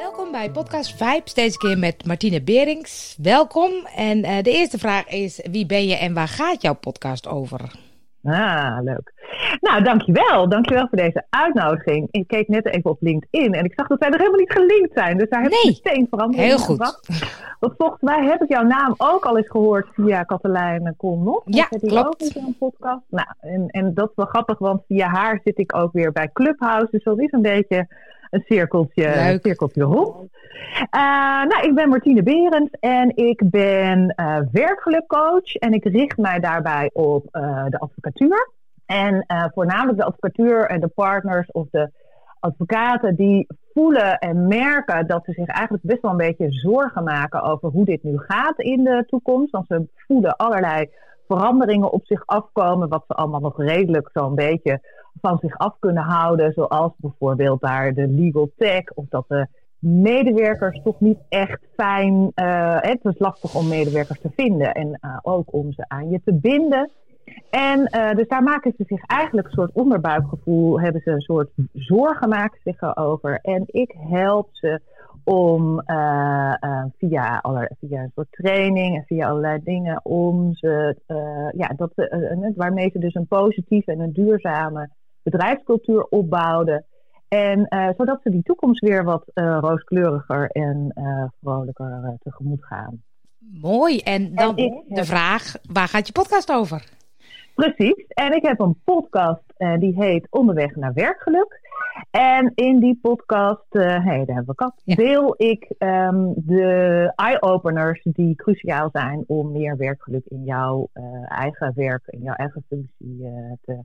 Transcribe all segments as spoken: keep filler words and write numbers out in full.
Welkom bij podcast Vibes, deze keer met Martine Berings. Welkom. En uh, de eerste vraag is, wie ben je en waar gaat jouw podcast over? Ah, leuk. Nou, dankjewel. Dankjewel voor deze uitnodiging. Ik keek net even op LinkedIn en ik zag dat wij er helemaal niet gelinkt zijn. Dus daar heb ik nee. meteen verandering Heel goed. gebracht. Want volgens mij heb ik jouw naam ook al eens gehoord via Katelijn Kolnoff. Ja, heb die klopt. ook niet in een podcast. Nou, en, en dat is wel grappig, want via haar zit ik ook weer bij Clubhouse. Dus dat is een beetje een cirkeltje, een cirkeltje rond. Uh, nou, ik ben Martine Berends en ik ben uh, werkgelukcoach. En ik richt mij daarbij op uh, de advocatuur. En uh, voornamelijk de advocatuur en de partners of de advocaten die voelen en merken dat ze zich eigenlijk best wel een beetje zorgen maken over hoe dit nu gaat in de toekomst. Want ze voelen allerlei veranderingen op zich afkomen, wat ze allemaal nog redelijk zo'n beetje van zich af kunnen houden. Zoals bijvoorbeeld daar de legal tech of dat de medewerkers toch niet echt fijn. Uh, het is lastig om medewerkers te vinden en uh, ook om ze aan je te binden. En uh, dus daar maken ze zich eigenlijk een soort onderbuikgevoel, hebben ze een soort zorgen maken zich erover. En ik help ze om uh, uh, via, aller, via een soort training en via allerlei dingen om ze, uh, ja, dat, uh, uh, waarmee ze dus een positieve en een duurzame bedrijfscultuur opbouwden. En uh, zodat ze die toekomst weer wat uh, rooskleuriger en uh, vrolijker uh, tegemoet gaan. Mooi. En dan en de heb... vraag, waar gaat je podcast over? Precies. En ik heb een podcast uh, die heet Onderweg naar Werkgeluk. En in die podcast, uh, hey, daar hebben we kat, ja. deel ik um, de eye-openers die cruciaal zijn om meer werkgeluk in jouw uh, eigen werk, in jouw eigen functie uh, te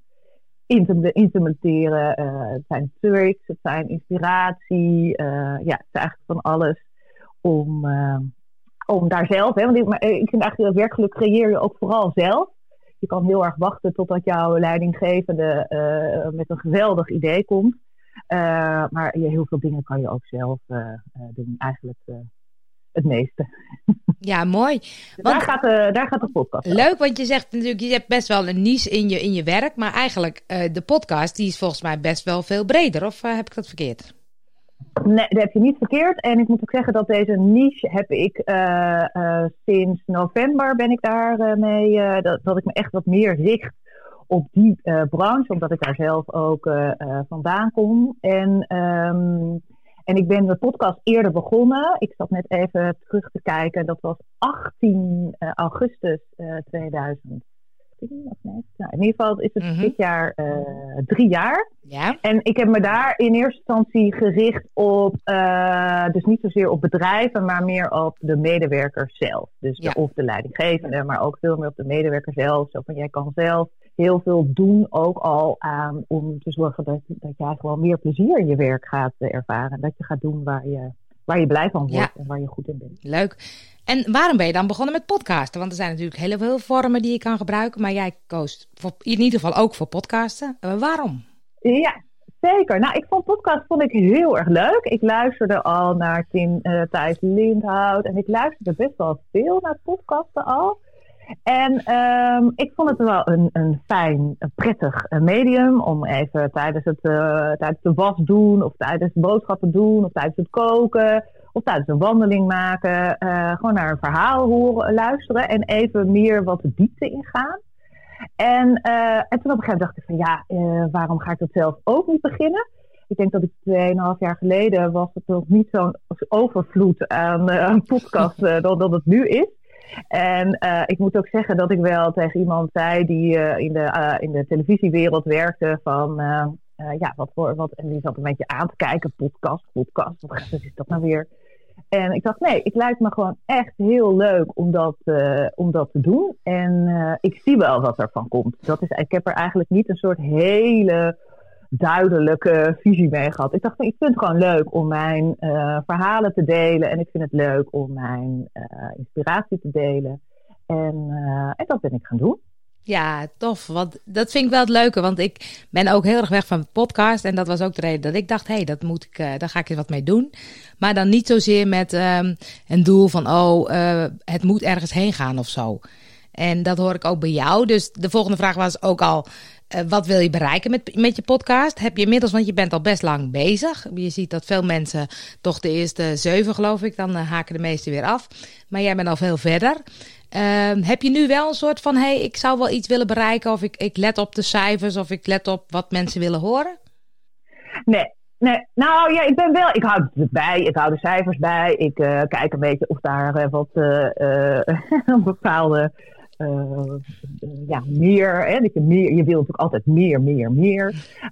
implementeren. Uh, het zijn tricks, het zijn inspiratie. Uh, ja, het is eigenlijk van alles om, uh, om daar zelf, hè, want ik, maar, ik vind eigenlijk dat werkgeluk creëer je ook vooral zelf. Je kan heel erg wachten totdat jouw leidinggevende uh, met een geweldig idee komt. Uh, maar ja, heel veel dingen kan je ook zelf uh, uh, doen. Eigenlijk uh, het meeste. Ja, mooi. Dus want, daar, gaat de, daar gaat de podcast leuk, over. Want je zegt natuurlijk, je hebt best wel een niche in je, in je werk. Maar eigenlijk, uh, de podcast, die is volgens mij best wel veel breder. Of uh, heb ik dat verkeerd? Nee, dat heb je niet verkeerd. En ik moet ook zeggen dat deze niche heb ik uh, uh, sinds november ben ik daar uh, mee. Uh, dat, dat ik me echt wat meer richt op die uh, branche. Omdat ik daar zelf ook uh, uh, vandaan kom. En, um, en ik ben de podcast eerder begonnen. Ik zat net even terug te kijken. Dat was achttien augustus uh, tweeduizend. Of nee? Nou, in ieder geval is het mm-hmm. dit jaar uh, drie jaar. Ja. En ik heb me daar in eerste instantie gericht op, uh, dus niet zozeer op bedrijven, maar meer op de medewerker zelf. Dus de, ja. of de leidinggevende, maar ook veel meer op de medewerker zelf. Zo van, jij kan zelf heel veel doen, ook al aan om te zorgen dat, dat jij gewoon meer plezier in je werk gaat uh, ervaren. Dat je gaat doen waar je, waar je blij van wordt ja. en waar je goed in bent. Leuk. En waarom ben je dan begonnen met podcasten? Want er zijn natuurlijk heel veel vormen die je kan gebruiken. Maar jij koos voor, in ieder geval ook voor podcasten. Uh, waarom? Ja, zeker. Nou, ik vond podcast vond ik heel erg leuk. Ik luisterde al naar Tim, uh, Thijs Lindhout. En ik luisterde best wel veel naar podcasten al. En um, ik vond het wel een, een fijn, een prettig uh, medium. Om even tijdens het uh, tijdens de was doen. Of tijdens boodschappen doen. Of tijdens het koken. Of tijdens een wandeling maken, uh, gewoon naar een verhaal horen, luisteren en even meer wat de diepte ingaan. En, uh, en toen op een gegeven moment dacht ik van ja, uh, waarom ga ik dat zelf ook niet beginnen? Ik denk dat ik tweeënhalf jaar geleden was het nog niet zo'n overvloed aan uh, podcast uh, dan dat het nu is. En uh, ik moet ook zeggen dat ik wel tegen iemand zei die uh, in, de, uh, in de televisiewereld werkte van uh, uh, ja, wat voor wat. En die zat een beetje aan te kijken, podcast, podcast, wat is dat nou weer? En ik dacht, nee, het lijkt me gewoon echt heel leuk om dat, uh, om dat te doen. En uh, ik zie wel wat er van komt. Dat is, ik heb er eigenlijk niet een soort hele duidelijke visie mee gehad. Ik dacht, ik vind het gewoon leuk om mijn uh, verhalen te delen. En ik vind het leuk om mijn uh, inspiratie te delen. En, uh, en dat ben ik gaan doen. Ja, tof. Want dat vind ik wel het leuke. Want ik ben ook heel erg weg van podcast. En dat was ook de reden dat ik dacht, hé, hey, dat moet ik, uh, daar ga ik eens wat mee doen. Maar dan niet zozeer met um, een doel van, oh, uh, het moet ergens heen gaan of zo. En dat hoor ik ook bij jou. Dus de volgende vraag was ook al, uh, wat wil je bereiken met, met je podcast? Heb je inmiddels, want je bent al best lang bezig. Je ziet dat veel mensen, toch de eerste zeven geloof ik, dan uh, haken de meesten weer af. Maar jij bent al veel verder. Uh, heb je nu wel een soort van, hey, ik zou wel iets willen bereiken, of ik, ik let op de cijfers, of ik let op wat mensen willen horen? Nee. Nee, nou ja, ik ben wel, ik hou het bij, ik hou de cijfers bij, ik uh, kijk een beetje of daar uh, wat uh, uh, een bepaalde, uh, ja, meer, hè, dat je meer, je wil natuurlijk altijd meer, meer, meer.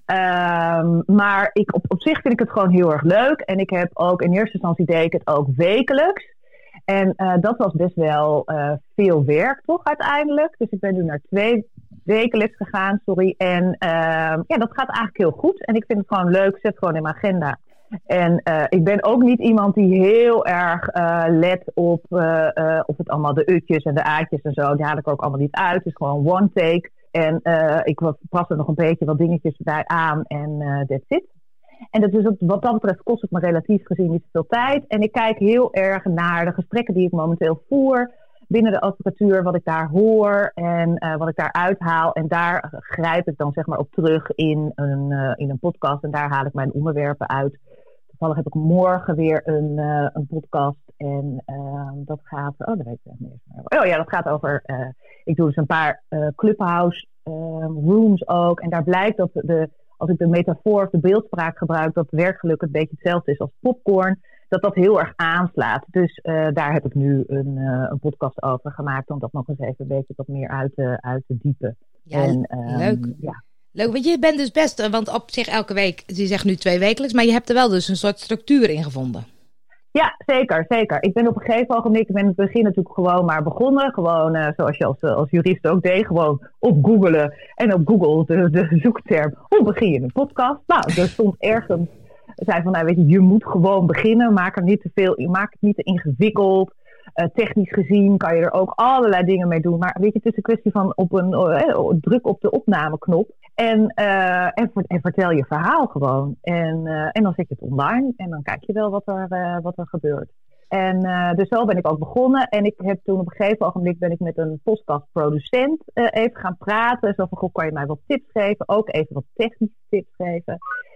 Um, maar ik, op, op zich vind ik het gewoon heel erg leuk en ik heb ook, in eerste instantie deed ik het ook wekelijks. En uh, dat was best wel uh, veel werk toch uiteindelijk, dus ik ben nu naar twee wekelijks gegaan, sorry. En uh, ja, dat gaat eigenlijk heel goed. En ik vind het gewoon leuk, zet gewoon in mijn agenda. En uh, ik ben ook niet iemand die heel erg uh, let op uh, uh, of het allemaal de utjes en de aatjes en zo. Die haal ik ook allemaal niet uit. Het is gewoon one take. En uh, ik pas er nog een beetje wat dingetjes bij aan en uh, that's it. En dat is, wat dat betreft kost het me relatief gezien niet zoveel tijd. En ik kijk heel erg naar de gesprekken die ik momenteel voer binnen de advocatuur, wat ik daar hoor en uh, wat ik daar uithaal. En daar grijp ik dan zeg maar op terug in een, uh, in een podcast. En daar haal ik mijn onderwerpen uit. Toevallig heb ik morgen weer een, uh, een podcast. En uh, dat gaat... Oh, dat weet ik niet meer. Oh ja, dat gaat over... Uh, ik doe dus een paar uh, clubhouse uh, rooms ook. En daar blijkt dat de... Als ik de metafoor of de beeldspraak gebruik, dat werkgeluk een beetje hetzelfde is als popcorn, dat dat heel erg aanslaat. Dus uh, daar heb ik nu een, uh, een podcast over gemaakt, om dat nog eens even een beetje wat meer uit te, uit te diepen. Ja, en, um, leuk. Ja. Leuk, want je bent dus best, want op zich elke week, je zegt nu twee wekelijks, maar je hebt er wel dus een soort structuur in gevonden. Ja, zeker, zeker. Ik ben op een gegeven ogenblik, ik ben in het begin natuurlijk gewoon maar begonnen. Gewoon, uh, zoals je als, als jurist ook deed, gewoon op googelen. En op Google de, de zoekterm, hoe begin je een podcast? Nou, er stond ergens, zei van, nou weet je, je moet gewoon beginnen. Maak er niet te veel, maak het niet te ingewikkeld. Uh, technisch gezien kan je er ook allerlei dingen mee doen. Maar weet je, het is een kwestie van op een uh, druk op de opnameknop. En, uh, en, en vertel je verhaal gewoon. En, uh, en dan zet je het online. En dan kijk je wel wat er, uh, wat er gebeurt. En uh, dus zo ben ik ook begonnen. En ik heb toen op een gegeven ogenblik ben ik met een podcastproducent uh, even gaan praten. Zo van, goh, kan je mij wat tips geven? Ook even wat technische tips geven.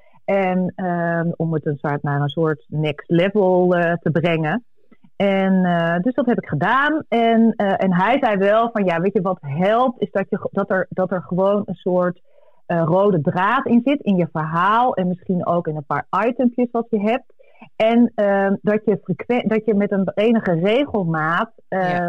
En uh, om het een soort, naar een soort next level uh, te brengen. En uh, dus dat heb ik gedaan. En, uh, en hij zei wel van, ja, weet je wat helpt? Is dat, je, dat, er, dat er gewoon een soort uh, rode draad in zit in je verhaal. En misschien ook in een paar itempjes wat je hebt. En uh, dat, je frequ- dat je met een enige regelmaat um, ja.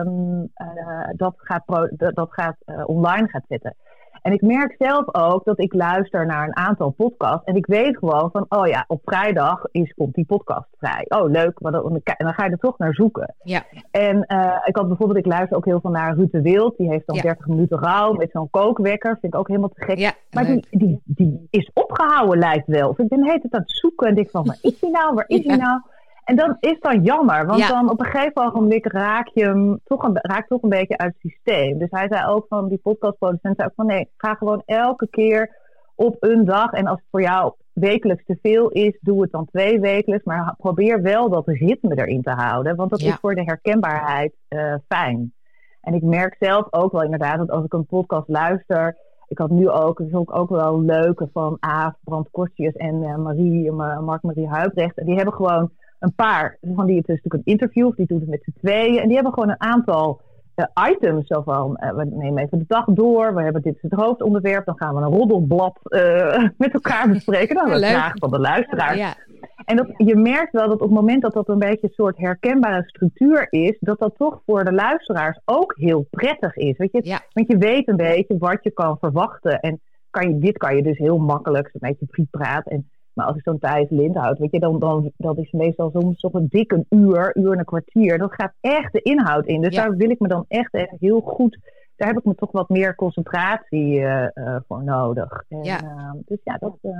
uh, dat gaat, pro- dat, dat gaat uh, online gaat zetten. En ik merk zelf ook dat ik luister naar een aantal podcasts. En ik weet gewoon van, oh ja, op vrijdag is, komt die podcast vrij. Oh, leuk. Maar dan, en dan ga je er toch naar zoeken. Ja. En uh, ik had bijvoorbeeld, ik luister ook heel veel naar Ruud de Wild. Die heeft dan ja. dertig minuten rouw met zo'n kookwekker. Vind ik ook helemaal te gek. Ja, maar die, die, die is opgehouden, lijkt wel. Of ik ben de hele tijd aan het zoeken. En denk van, waar is die nou? Waar is die ja. nou? En dat is dan jammer, want ja. dan op een gegeven ogenblik raak je hem toch een, raak toch een beetje uit het systeem. Dus hij zei ook van, die podcastproducent zei ook van, nee, ga gewoon elke keer op een dag. En als het voor jou wekelijks te veel is, doe het dan twee wekelijks. Maar probeer wel dat ritme erin te houden, want dat ja. is voor de herkenbaarheid uh, fijn. En ik merk zelf ook wel inderdaad, dat als ik een podcast luister, ik had nu ook, dat is ook, ook wel leuke van Aaf, Brand Kortjes en uh, Marie, uh, Mark-Marie Huibrecht. En die hebben gewoon een paar van die, het is natuurlijk een interview, die doen het met z'n tweeën. En die hebben gewoon een aantal uh, items. Zo van, uh, we nemen even de dag door. We hebben dit is het hoofdonderwerp. Dan gaan we een roddelblad uh, met elkaar bespreken. Dan hebben we vragen van de luisteraar. Ja, ja. En dat, je merkt wel dat op het moment dat dat een beetje een soort herkenbare structuur is, dat dat toch voor de luisteraars ook heel prettig is. Weet je? Ja. Want je weet een beetje wat je kan verwachten. En kan je, dit kan je dus heel makkelijk, een beetje prietpraat. En maar als ik zo'n Thijs Lindhout, weet je, dan, dan dat is meestal soms toch een dikke uur, uur en een kwartier. Dat gaat echt de inhoud in. Dus ja. daar wil ik me dan echt even heel goed, daar heb ik me toch wat meer concentratie uh, uh, voor nodig. En, ja. Uh, dus ja, dat... Uh,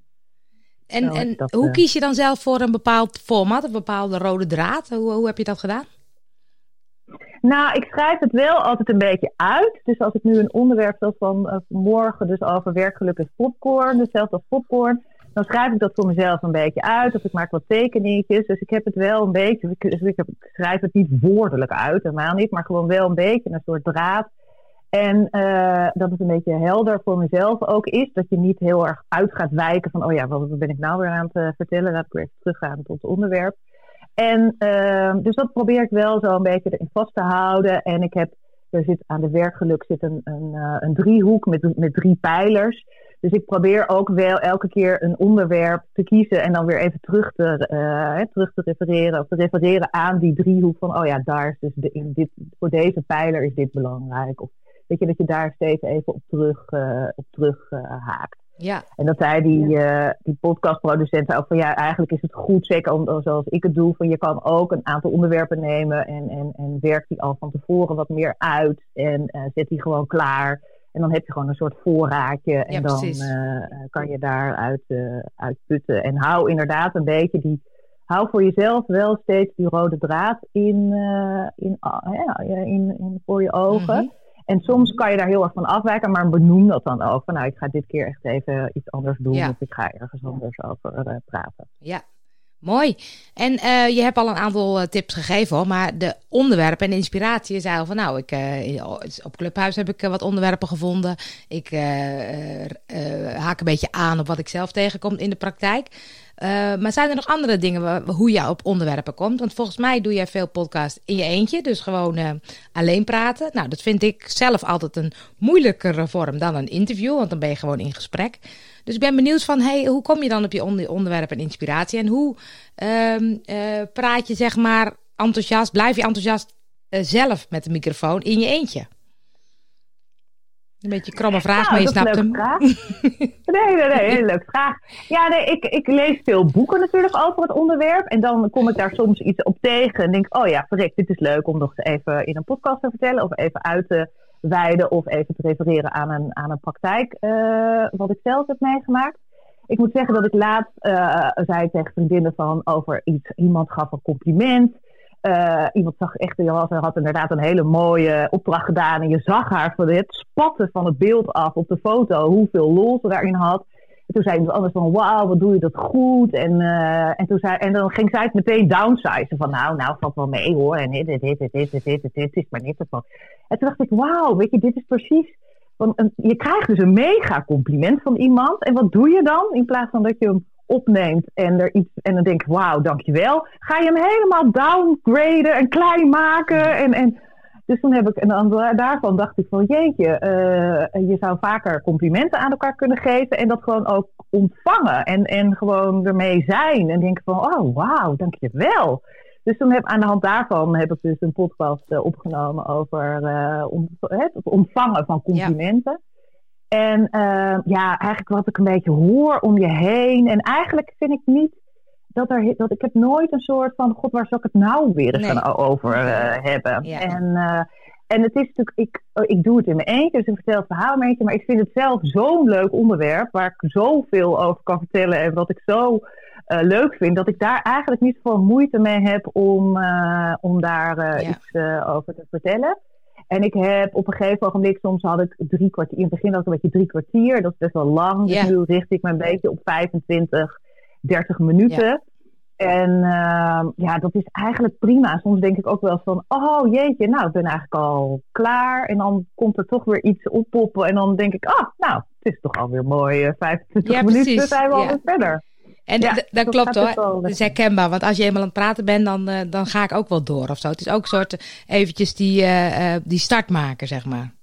en nou, en dat, hoe uh, kies je dan zelf voor een bepaald format, een bepaalde rode draad? Hoe, hoe heb je dat gedaan? Nou, ik schrijf het wel altijd een beetje uit. Dus als ik nu een onderwerp zoals van uh, morgen, dus over werkgeluk en popcorn, hetzelfde als popcorn, dan schrijf ik dat voor mezelf een beetje uit. Of ik maak wat tekeningetjes. Dus ik heb het wel een beetje... Ik, dus ik, heb, ik schrijf het niet woordelijk uit, helemaal niet. Maar gewoon wel een beetje een soort draad. En uh, dat het een beetje helder voor mezelf ook is. Dat je niet heel erg uit gaat wijken van, oh ja, wat ben ik nou weer aan het uh, vertellen? Laat ik weer even teruggaan tot het onderwerp. En uh, dus dat probeer ik wel zo een beetje erin vast te houden. En ik heb, er zit aan de werkgeluk zit een, een, uh, een driehoek met, met drie pijlers. Dus ik probeer ook wel elke keer een onderwerp te kiezen en dan weer even terug te, uh, terug te refereren. Of te refereren aan die driehoek van, oh ja, daar is dus de, in dit, voor deze pijler is dit belangrijk. Of weet je, dat je daar steeds even op terug, uh, op terug uh, haakt. Ja. En dat zei die, uh, die podcastproducenten ook van, ja, eigenlijk is het goed, zeker om, zoals ik het doe, van je kan ook een aantal onderwerpen nemen en, en, en werk die al van tevoren wat meer uit en uh, zet die gewoon klaar. En dan heb je gewoon een soort voorraadje en ja, dan uh, kan je daaruit uh, uit putten. En hou inderdaad een beetje die, hou voor jezelf wel steeds die rode draad in, uh, in, uh, in, in voor je ogen. Mm-hmm. En soms kan je daar heel erg van afwijken, maar benoem dat dan ook. Van nou, ik ga dit keer echt even iets anders doen. Ja. Of ik ga ergens anders over uh, praten. Ja, mooi. En uh, je hebt al een aantal uh, tips gegeven hoor. Maar de onderwerpen en de inspiratie, je zei al van nou, ik, uh, op Clubhuis heb ik uh, wat onderwerpen gevonden. Ik uh, uh, uh, haak een beetje aan op wat ik zelf tegenkom in de praktijk. Uh, maar zijn er nog andere dingen waar, hoe je op onderwerpen komt? Want volgens mij doe jij veel podcast in je eentje. Dus gewoon uh, alleen praten. Nou, dat vind ik zelf altijd een moeilijkere vorm dan een interview. Want dan ben je gewoon in gesprek. Dus ik ben benieuwd van, hey, hoe kom je dan op je onder- onderwerp en inspiratie? En hoe uh, uh, praat je zeg maar enthousiast, blijf je enthousiast uh, zelf met de microfoon in je eentje? Een beetje een kromme vraag, nou, maar je snapt hem. Vraag. Nee, nee, nee, hele leuke vraag. Ja, nee, ik, ik lees veel boeken natuurlijk over het onderwerp. En dan kom ik daar soms iets op tegen. En denk, oh ja, verrek, dit is leuk om nog even in een podcast te vertellen. Of even uit te wijden. Of even te refereren aan een, aan een praktijk. Uh, wat ik zelf heb meegemaakt. Ik moet zeggen dat ik laatst uh, zei tegen vriendinnen van over iets. Iemand gaf een compliment. Uh, iemand zag echt, je had, had inderdaad een hele mooie opdracht gedaan. En je zag haar van het spatten van het beeld af op de foto. Hoeveel lol ze daarin had. En toen zei iemand anders van, wauw, wat doe je dat goed. En, uh, en, toen zei, en dan ging zij het meteen downsizen. Van nou, nou, valt wel mee hoor. En dit, dit, dit, dit, dit, dit, dit, dit is maar niet ervan. En toen dacht ik, wauw, weet je, dit is precies. Want een, je krijgt dus een mega compliment van iemand. En wat doe je dan? In plaats van dat je hem opneemt en er iets en dan denk ik, wauw, dankjewel. Ga je hem helemaal downgraden en klein maken. En, en, dus toen heb ik, en dan daarvan dacht ik van, jeetje, uh, je zou vaker complimenten aan elkaar kunnen geven en dat gewoon ook ontvangen. En, en gewoon ermee zijn. En denken van, oh, wauw, dankjewel. Dus toen heb aan de hand daarvan heb ik dus een podcast uh, opgenomen over uh, om, het ontvangen van complimenten. Ja. En uh, ja, eigenlijk wat ik een beetje hoor om je heen. En eigenlijk vind ik niet dat er... Dat ik heb nooit een soort van, god, waar zal ik het nou weer eens nee. gaan over uh, hebben? Ja. En, uh, en het is natuurlijk... Ik, ik doe het in mijn eentje, dus ik vertel het verhaal een beetje. Maar ik vind het zelf zo'n leuk onderwerp, waar ik zoveel over kan vertellen. En wat ik zo uh, leuk vind, dat ik daar eigenlijk niet veel moeite mee heb om, uh, om daar uh, ja. iets uh, over te vertellen. En ik heb op een gegeven ogenblik, soms had ik drie kwartier, in het begin had ik een beetje drie kwartier, dat is best wel lang. Dus yeah. nu richt ik me een beetje op vijfentwintig, dertig minuten. Yeah. En uh, ja, dat is eigenlijk prima. Soms denk ik ook wel eens van, oh jeetje, nou ik ben eigenlijk al klaar. En dan komt er toch weer iets oppoppen en dan denk ik, ah, nou, het is toch alweer mooi, uh, vijfentwintig ja, minuten precies. zijn we alweer ja. verder. En ja, d- dat klopt hoor, dat is herkenbaar. Want als je eenmaal aan het praten bent, dan, uh, dan ga ik ook wel door of zo. Het is ook een soort eventjes die, uh, uh, die start maken, zeg maar.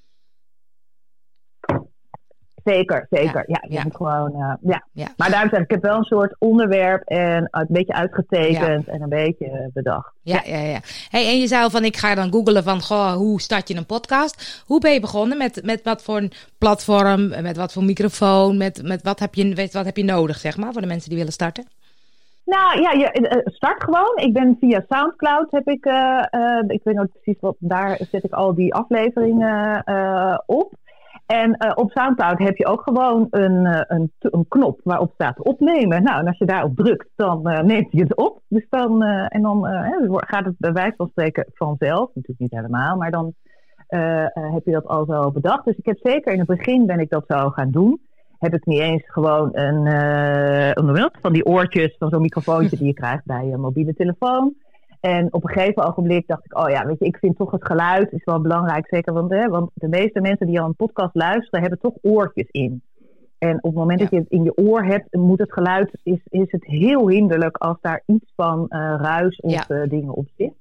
Zeker, zeker. Ja, ja je ja. moet gewoon, uh, ja. ja. Maar daarom zeg ik, ik heb wel een soort onderwerp en een beetje uitgetekend ja. en een beetje bedacht. Ja, ja, ja. ja. Hey, en je zei al van, ik ga dan googlen van, goh, hoe start je een podcast? Hoe ben je begonnen? Met, met wat voor een platform, met wat voor microfoon, met, met wat heb je, wat heb je nodig, zeg maar, voor de mensen die willen starten? Nou ja, je start gewoon. Ik ben via Soundcloud heb ik, uh, uh, ik weet nog precies wat, daar zet ik al die afleveringen uh, op. En uh, op Soundcloud heb je ook gewoon een, uh, een, een knop waarop staat opnemen. Nou, en als je daarop drukt, dan uh, neemt hij het op. Dus dan, uh, en dan uh, gaat het bij wijze van spreken vanzelf. Natuurlijk niet helemaal, maar dan uh, uh, heb je dat al zo bedacht. Dus ik heb zeker in het begin ben ik dat zo gaan doen. Heb ik niet eens gewoon een, uh, een van die oortjes van zo'n microfoontje die je krijgt bij je mobiele telefoon. En op een gegeven ogenblik dacht ik, oh ja, weet je, ik vind toch het geluid is wel belangrijk. Zeker, want, hè, want de meeste mensen die al een podcast luisteren, hebben toch oortjes in. En op het moment ja. dat je het in je oor hebt, moet het geluid, is, is het heel hinderlijk als daar iets van uh, ruis of ja. uh, dingen op zit.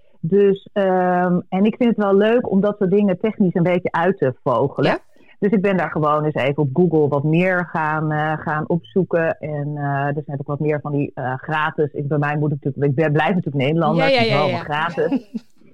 Dus, um, en ik vind het wel leuk om dat soort dingen technisch een beetje uit te vogelen. Ja. Dus ik ben daar gewoon eens even op Google wat meer gaan, uh, gaan opzoeken. En uh, dus heb ik wat meer van die uh, gratis. Ik, bij mij moet ik natuurlijk, ik ben, blijf natuurlijk Nederlander, ja, ja, ja, ja. allemaal gratis.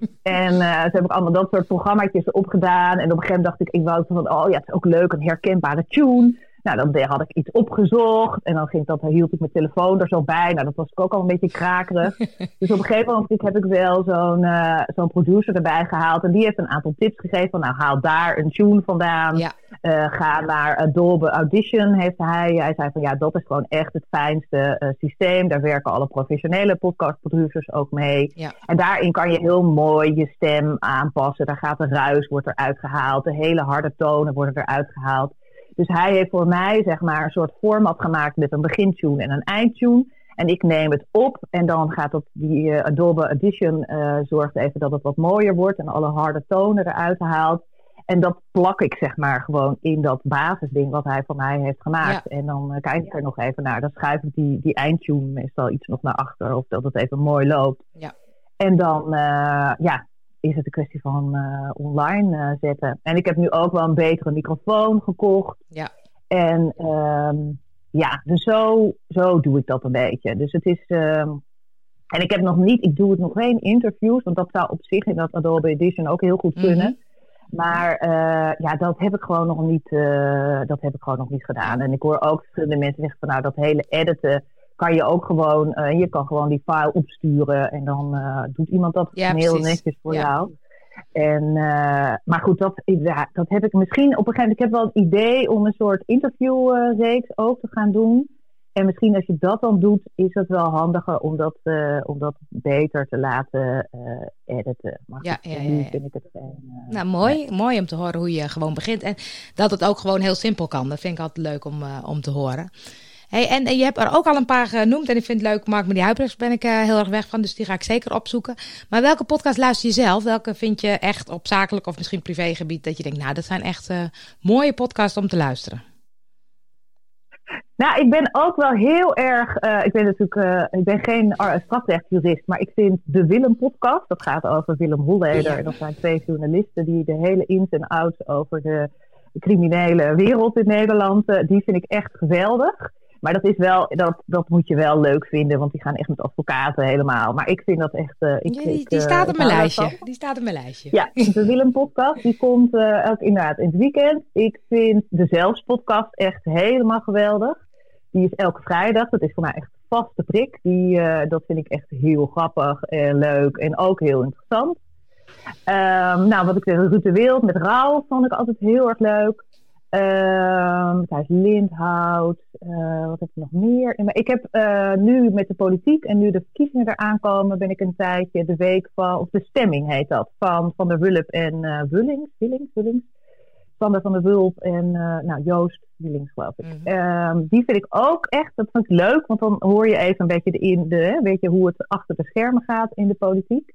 En uh, toen heb ik allemaal dat soort programmaatjes opgedaan. En op een gegeven moment dacht ik, ik wou van, oh ja, het is ook leuk, een herkenbare tune. Nou, dan had ik iets opgezocht en dan ging dat, hield ik mijn telefoon er zo bij. Nou, dat was ook al een beetje krakerig. Dus op een gegeven moment heb ik wel zo'n, uh, zo'n producer erbij gehaald. En die heeft een aantal tips gegeven. Van, nou, haal daar een tune vandaan. Ja. Uh, ga naar Adobe Audition, heeft hij. Hij zei van, ja, dat is gewoon echt het fijnste uh, systeem. Daar werken alle professionele podcastproducers ook mee. Ja. En daarin kan je heel mooi je stem aanpassen. Daar gaat de ruis, wordt eruit gehaald. De hele harde tonen worden eruit gehaald. Dus hij heeft voor mij, zeg maar, een soort format gemaakt met een begintune en een eindtune. En ik neem het op en dan gaat dat, die uh, Adobe Audition uh, zorgt even dat het wat mooier wordt en alle harde tonen eruit haalt. En dat plak ik, zeg maar, gewoon in dat basisding wat hij voor mij heeft gemaakt. Ja. En dan uh, kijk ik er nog even naar. Dan schuif ik die, die eindtune meestal iets nog naar achter of dat het even mooi loopt. Ja. En dan, uh, ja... is het een kwestie van uh, online uh, zetten. En ik heb nu ook wel een betere microfoon gekocht. Ja. En um, ja, dus zo, zo doe ik dat een beetje. Dus het is... Um, en ik heb nog niet... Ik doe het nog geen interviews, want dat zou op zich in dat Adobe Audition ook heel goed kunnen. Mm-hmm. Maar uh, ja, dat heb ik gewoon nog niet... Uh, dat heb ik gewoon nog niet gedaan. En ik hoor ook verschillende mensen zeggen van nou, dat hele editen kan je ook gewoon, uh, je kan gewoon die file opsturen en dan uh, doet iemand dat ja, heel precies. netjes voor ja. jou. En, uh, maar goed, dat, ja, dat heb ik misschien op een gegeven moment, ik heb wel het idee om een soort interviewreeks uh, ook te gaan doen. En misschien als je dat dan doet, is het wel handiger om dat, uh, om dat beter te laten uh, editen. Maar ja, ja, ja, ja. vind ik het fijn. Uh, nou, mooi, ja. mooi om te horen hoe je gewoon begint. En dat het ook gewoon heel simpel kan. Dat vind ik altijd leuk om, uh, om te horen. Hey, en, en je hebt er ook al een paar genoemd. En ik vind het leuk, Mark, maar die Huibrechts ben ik uh, heel erg weg van. Dus die ga ik zeker opzoeken. Maar welke podcast luister je zelf? Welke vind je echt op zakelijk of misschien privégebied dat je denkt, nou, dat zijn echt uh, mooie podcasts om te luisteren? Nou, ik ben ook wel heel erg... Uh, ik ben natuurlijk uh, ik ben geen uh, strafrechtjurist, maar ik vind de Willem-podcast, dat gaat over Willem Holleder. Ja. En dat zijn twee journalisten die de hele ins en outs over de criminele wereld in Nederland, uh, die vind ik echt geweldig. Maar dat is wel, dat, dat moet je wel leuk vinden, want die gaan echt met advocaten helemaal. Maar ik vind dat echt... Uh, ik, ja, die, ik, die staat uh, op mijn lijstje. Die staat op mijn lijstje. Ja, de Willem-podcast, die komt uh, ook inderdaad in het weekend. Ik vind de Zelfs-podcast echt helemaal geweldig. Die is elke vrijdag. Dat is voor mij echt een vaste prik. Die, uh, dat vind ik echt heel grappig en leuk en ook heel interessant. Um, nou, wat ik zeg, Ruud de Wild met Rauw vond ik altijd heel erg leuk. Um, Thijs Lindhout. Uh, wat heb ik nog meer? Ik heb uh, nu met de politiek en nu de verkiezingen eraan komen, ben ik een tijdje de week van, of de stemming heet dat, van Van der Wulp en uh, Wullings, Willings, Wullings. Sander van der Wulp en uh, nou, Joost Willings, geloof ik. Mm-hmm. Um, die vind ik ook echt, dat vind ik leuk, want dan hoor je even een beetje, de in de, hè, weet je hoe het achter de schermen gaat in de politiek.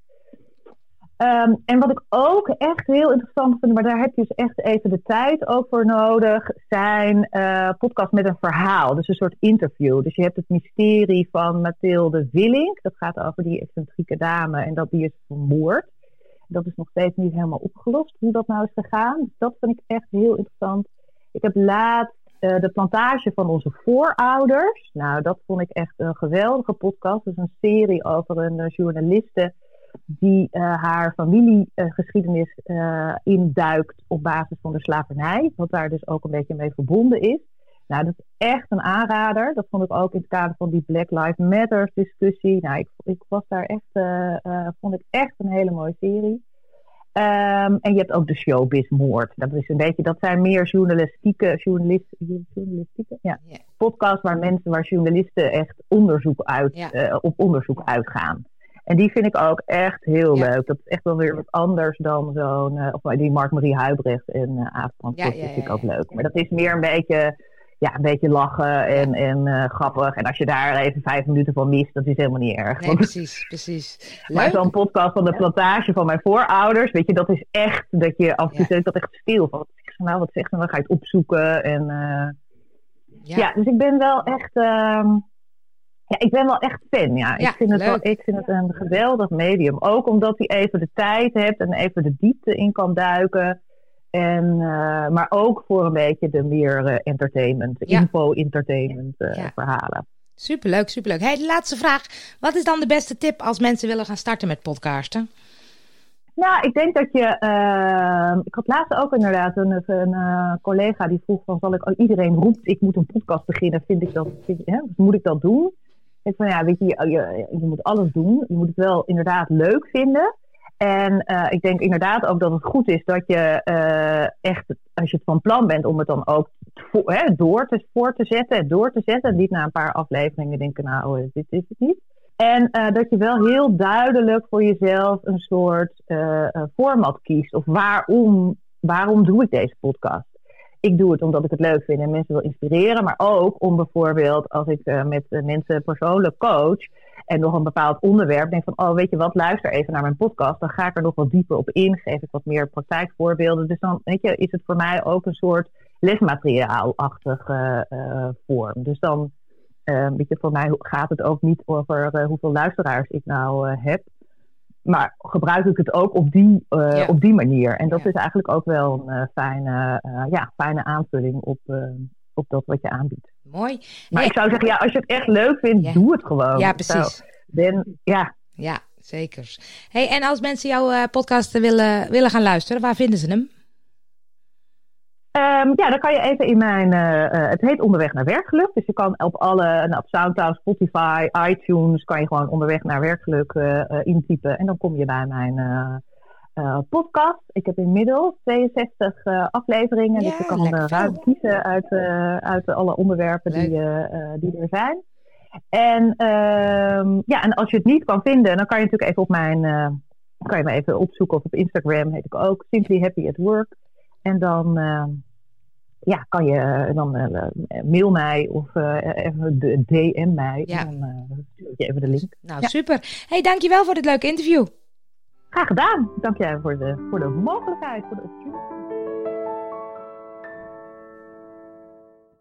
Um, en wat ik ook echt heel interessant vind, maar daar heb je dus echt even de tijd ook voor nodig, zijn uh, podcasts met een verhaal. Dus een soort interview. Dus je hebt het mysterie van Mathilde Willink. Dat gaat over die excentrieke dame en dat die is vermoord. Dat is nog steeds niet helemaal opgelost, hoe dat nou is gegaan. Dus dat vind ik echt heel interessant. Ik heb laatst uh, de plantage van onze voorouders. Nou, dat vond ik echt een geweldige podcast. Dat is een serie over een uh, journaliste die uh, haar familiegeschiedenis uh, uh, induikt op basis van de slavernij. Wat daar dus ook een beetje mee verbonden is. Nou, dat is echt een aanrader. Dat vond ik ook in het kader van die Black Lives Matter discussie. Nou, ik, ik was daar echt, uh, uh, vond ik echt een hele mooie serie. Um, en je hebt ook de Showbiz-moord. Dat is een beetje, dat zijn meer journalistieke, journalist, journalistieke ja, yeah. podcasts waar mensen, waar journalisten echt onderzoek uit, yeah. uh, op onderzoek uitgaan. En die vind ik ook echt heel yeah. leuk. Dat is echt wel weer wat anders dan zo'n, uh, of die Mark-Marie Huibrechts en uh, Aaf van Kort, ja, ja, ja, vind ik ook leuk. Maar dat is meer een beetje, ja, een beetje lachen en, en uh, grappig. En als je daar even vijf minuten van mist, dat is helemaal niet erg. Nee, want, precies, precies. Leuk. Maar zo'n podcast van de plantage van mijn voorouders, weet je, dat is echt, dat je af en toe ja. dat echt stil van, wat zegt ze nou, wat zegt ze nou, dan ga je het opzoeken. En, uh, ja. ja, dus ik ben wel echt, uh, ja, ik ben wel echt fan, ja. ja ik, vind het leuk. wel, ik vind het een geweldig medium. Ook omdat hij even de tijd hebt en even de diepte in kan duiken. En, uh, maar ook voor een beetje de meer uh, entertainment, ja. info-entertainment uh, ja. verhalen. Superleuk, superleuk. Hey, de laatste vraag. Wat is dan de beste tip als mensen willen gaan starten met podcasten? Nou, ik denk dat je... Uh, ik had laatst ook inderdaad een, een uh, collega die vroeg van... Zal ik, oh, iedereen roept, ik moet een podcast beginnen. Vind ik dat, vind, hè, moet ik dat doen? Ik van ja, weet je, je, je, je moet alles doen. Je moet het wel inderdaad leuk vinden. En uh, ik denk inderdaad ook dat het goed is dat je uh, echt, als je het van plan bent om het dan ook vo- hè, door te, voor te zetten en door te zetten. En niet na een paar afleveringen denken, nou, dit is het niet. En uh, dat je wel heel duidelijk voor jezelf een soort uh, format kiest. Of waarom, waarom doe ik deze podcast? Ik doe het omdat ik het leuk vind en mensen wil inspireren. Maar ook om bijvoorbeeld, als ik uh, met uh, mensen persoonlijk coach... en nog een bepaald onderwerp denk van... oh, weet je wat, luister even naar mijn podcast. Dan ga ik er nog wat dieper op in. Geef ik wat meer praktijkvoorbeelden. Dus dan, weet je, is het voor mij ook een soort lesmateriaalachtige uh, vorm. Dus dan, uh, weet je, voor mij gaat het ook niet over uh, hoeveel luisteraars ik nou uh, heb. Maar gebruik ik het ook op die, uh, ja. op die manier. En dat ja. is eigenlijk ook wel een uh, fijne, uh, ja, fijne aanvulling op, uh, op dat wat je aanbiedt. Mooi. Maar hey. ik zou zeggen, ja, als je het echt leuk vindt, ja. doe het gewoon. Ja, precies. Zo, then, ja. ja, zeker. Hey, en als mensen jouw uh, podcast willen, willen gaan luisteren, waar vinden ze hem? Um, ja, dan kan je even in mijn... Uh, uh, het heet Onderweg naar Werkgeluk. Dus je kan op alle... Nou, op Soundcloud, Spotify, iTunes... kan je gewoon Onderweg naar Werkgeluk uh, uh, intypen. En dan kom je bij mijn uh, uh, podcast. Ik heb inmiddels tweeënzestig uh, afleveringen. Ja, dus je kan uh, ruim kiezen uit, uh, uit alle onderwerpen die, uh, uh, die er zijn. En, uh, ja, en als je het niet kan vinden... dan kan je natuurlijk even op mijn... Uh, kan je me even opzoeken. Of op Instagram heet ik ook. Simply Happy at Work. En dan... Uh, Ja, kan je dan uh, mail mij of uh, even D M mij. Ja. En dan uh, stuur je even de link. Nou, ja. Super. Hey, dankjewel voor dit leuke interview. Graag gedaan. Dank jij voor de, voor de mogelijkheid, voor de opportuniteit.